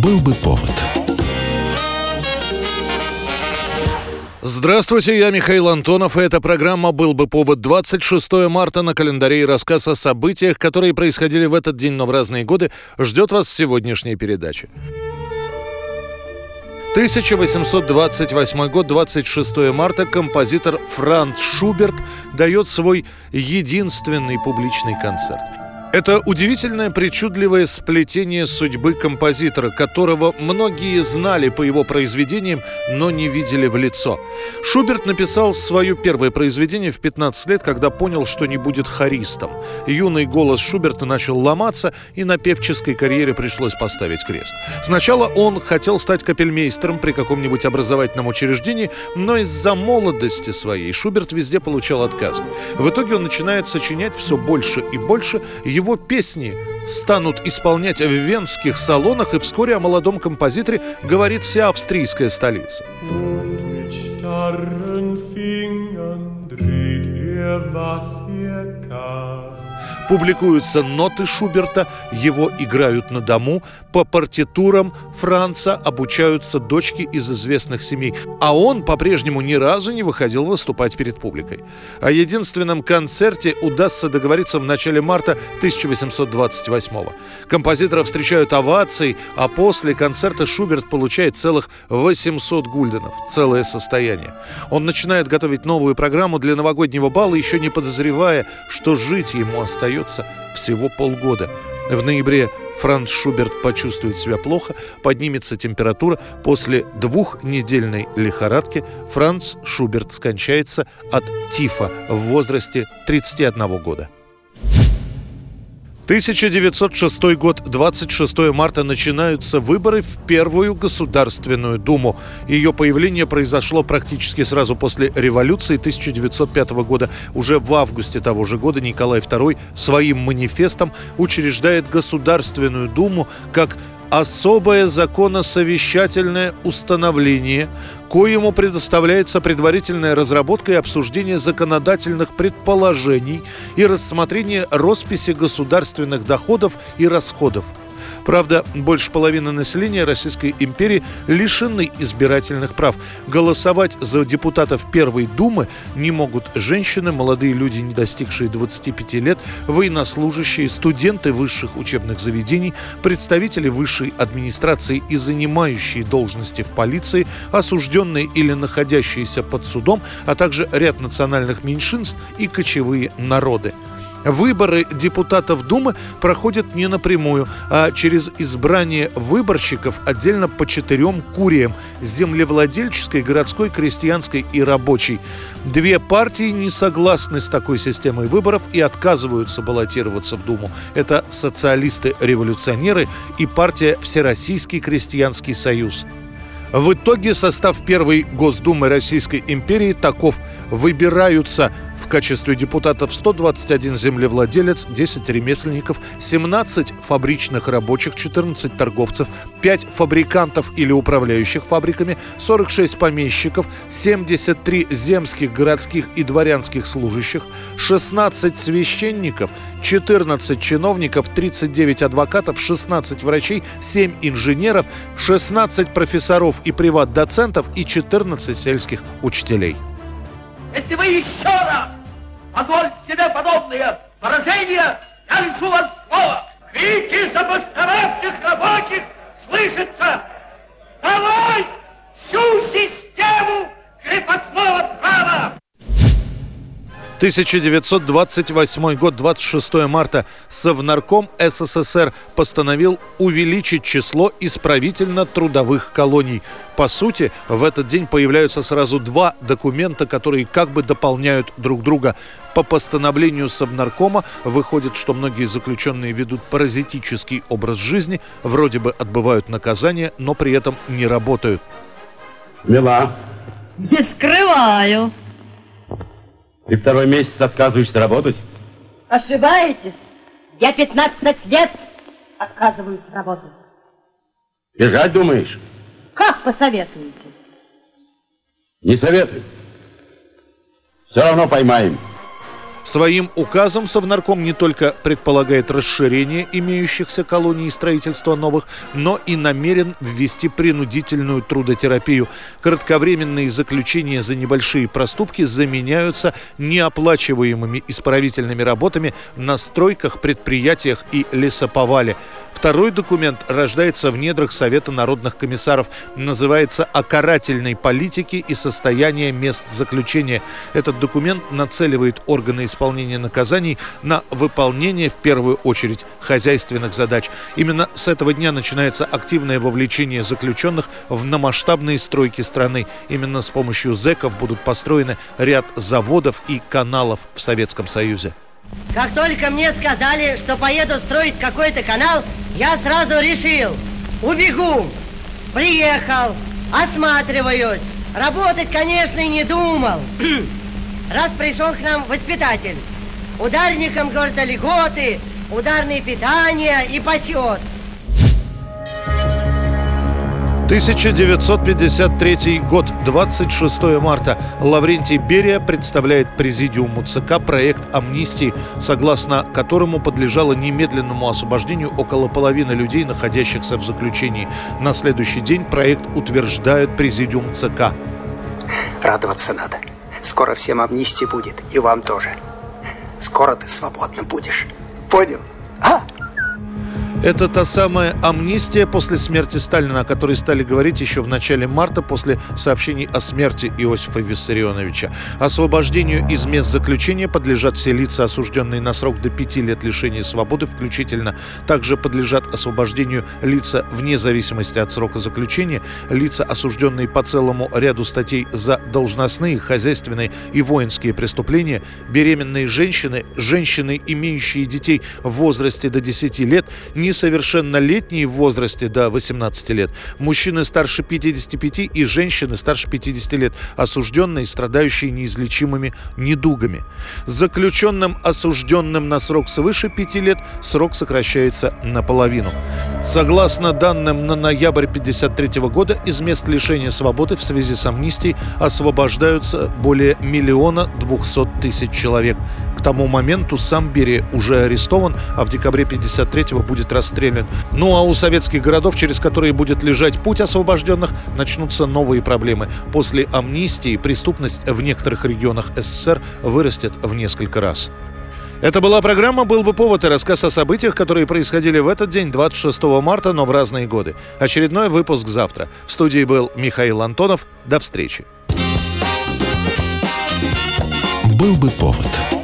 Был бы повод. Здравствуйте, я Михаил Антонов, и эта программа «Был бы повод». 26 марта на календаре, и рассказ о событиях, которые происходили в этот день, но в разные годы, ждет вас в сегодняшней передаче. 1828 год, 26 марта, композитор Франц Шуберт дает свой единственный публичный концерт. Это удивительное, причудливое сплетение судьбы композитора, которого многие знали по его произведениям, но не видели в лицо. Шуберт написал свое первое произведение в 15 лет, когда понял, что не будет хористом. Юный голос Шуберта начал ломаться, и на певческой карьере пришлось поставить крест. Сначала он хотел стать капельмейстером при каком-нибудь образовательном учреждении, но из-за молодости своей Шуберт везде получал отказы. В итоге он начинает сочинять все больше и больше. Его песни станут исполнять в венских салонах, и вскоре о молодом композиторе говорит вся австрийская столица. Публикуются ноты Шуберта, его играют на дому, по партитурам Франца обучаются дочки из известных семей, а он по-прежнему ни разу не выходил выступать перед публикой. О единственном концерте удастся договориться в начале марта 1828-го. Композитора встречают овацией, а после концерта Шуберт получает целых 800 гульденов, целое состояние. Он начинает готовить новую программу для новогоднего бала, еще не подозревая, что жить ему остается всего полгода. В ноябре Франц Шуберт почувствует себя плохо, поднимется температура. После двухнедельной лихорадки Франц Шуберт скончается от тифа в возрасте 31 года. 1906 год, 26 марта, начинаются выборы в Первую Государственную Думу. Ее появление произошло практически сразу после революции 1905 года. Уже в августе того же года Николай II своим манифестом учреждает Государственную Думу как особое законосовещательное установление, коему предоставляется предварительная разработка и обсуждение законодательных предположений и рассмотрение росписи государственных доходов и расходов. Правда, больше половины населения Российской империи лишены избирательных прав. Голосовать за депутатов Первой Думы не могут женщины, молодые люди, не достигшие 25 лет, военнослужащие, студенты высших учебных заведений, представители высшей администрации и занимающие должности в полиции, осужденные или находящиеся под судом, а также ряд национальных меньшинств и кочевые народы. Выборы депутатов Думы проходят не напрямую, а через избрание выборщиков отдельно по 4 куриям – землевладельческой, городской, крестьянской и рабочей. 2 партии не согласны с такой системой выборов и отказываются баллотироваться в Думу. Это социалисты-революционеры и партия Всероссийский крестьянский союз. В итоге состав Первой Госдумы Российской империи таков: выбираются в качестве депутатов 121 землевладелец, 10 ремесленников, 17 фабричных рабочих, 14 торговцев, 5 фабрикантов или управляющих фабриками, 46 помещиков, 73 земских, городских и дворянских служащих, 16 священников, 14 чиновников, 39 адвокатов, 16 врачей, 7 инженеров, 16 профессоров и приват-доцентов и 14 сельских учителей. Если вы еще раз позволите себе подобные поражения, я лишу вас слова. Крики забастовавших рабочих слышатся. Давай всю систему крепостного права! 1928 год, 26 марта, Совнарком СССР постановил увеличить число исправительно-трудовых колоний. По сути, в этот день появляются сразу 2 документа, которые как бы дополняют друг друга. По постановлению Совнаркома выходит, что многие заключенные ведут паразитический образ жизни, вроде бы отбывают наказание, но при этом не работают. Мила. Не скрываю. Ты 2-й месяц отказываешься работать? Ошибаетесь. Я 15 лет отказываюсь работать. Бежать думаешь? Как посоветуете? Не советую. Все равно поймаем. Своим указом Совнарком не только предполагает расширение имеющихся колоний и строительство новых, но и намерен ввести принудительную трудотерапию. Кратковременные заключения за небольшие проступки заменяются неоплачиваемыми исправительными работами на стройках, предприятиях и лесоповале. Второй документ рождается в недрах Совета народных комиссаров. Называется «О карательной политике и состоянии мест заключения». Этот документ нацеливает органы исполнения наказаний на выполнение, в первую очередь, хозяйственных задач. Именно с этого дня начинается активное вовлечение заключенных в масштабные стройки страны. Именно с помощью зэков будут построены ряд заводов и каналов в Советском Союзе. Как только мне сказали, что поеду строить какой-то канал, я сразу решил, убегу. Приехал, осматриваюсь. Работать, конечно, и не думал. Раз пришел к нам воспитатель. Ударникам, говорит, льготы, ударные питания и почет. 1953 год, 26 марта. Лаврентий Берия представляет Президиуму ЦК проект амнистии, согласно которому подлежало немедленному освобождению около половины людей, находящихся в заключении. На следующий день проект утверждает Президиум ЦК. Радоваться надо. Скоро всем амнистия будет, и вам тоже. Скоро ты свободным будешь. Понял? Это та самая амнистия после смерти Сталина, о которой стали говорить еще в начале марта после сообщений о смерти Иосифа Виссарионовича. Освобождению из мест заключения подлежат все лица, осужденные на срок до 5 лет лишения свободы включительно. Также подлежат освобождению лица вне зависимости от срока заключения, лица, осужденные по целому ряду статей за должностные, хозяйственные и воинские преступления, беременные женщины, женщины, имеющие детей в возрасте до 10 лет, несовершеннолетние в возрасте до 18 лет, мужчины старше 55 и женщины старше 50 лет, осужденные, страдающие неизлечимыми недугами. Заключенным, осужденным на срок свыше 5 лет, срок сокращается наполовину. Согласно данным на ноябрь 1953 года, из мест лишения свободы в связи с амнистией освобождаются более 1 200 000 человек. К тому моменту сам Берия уже арестован, а в декабре 1953-го будет расстрелян. Ну а у советских городов, через которые будет лежать путь освобожденных, начнутся новые проблемы. После амнистии преступность в некоторых регионах СССР вырастет в несколько раз. Это была программа «Был бы повод» и рассказ о событиях, которые происходили в этот день, 26 марта, но в разные годы. Очередной выпуск завтра. В студии был Михаил Антонов. До встречи. «Был бы повод».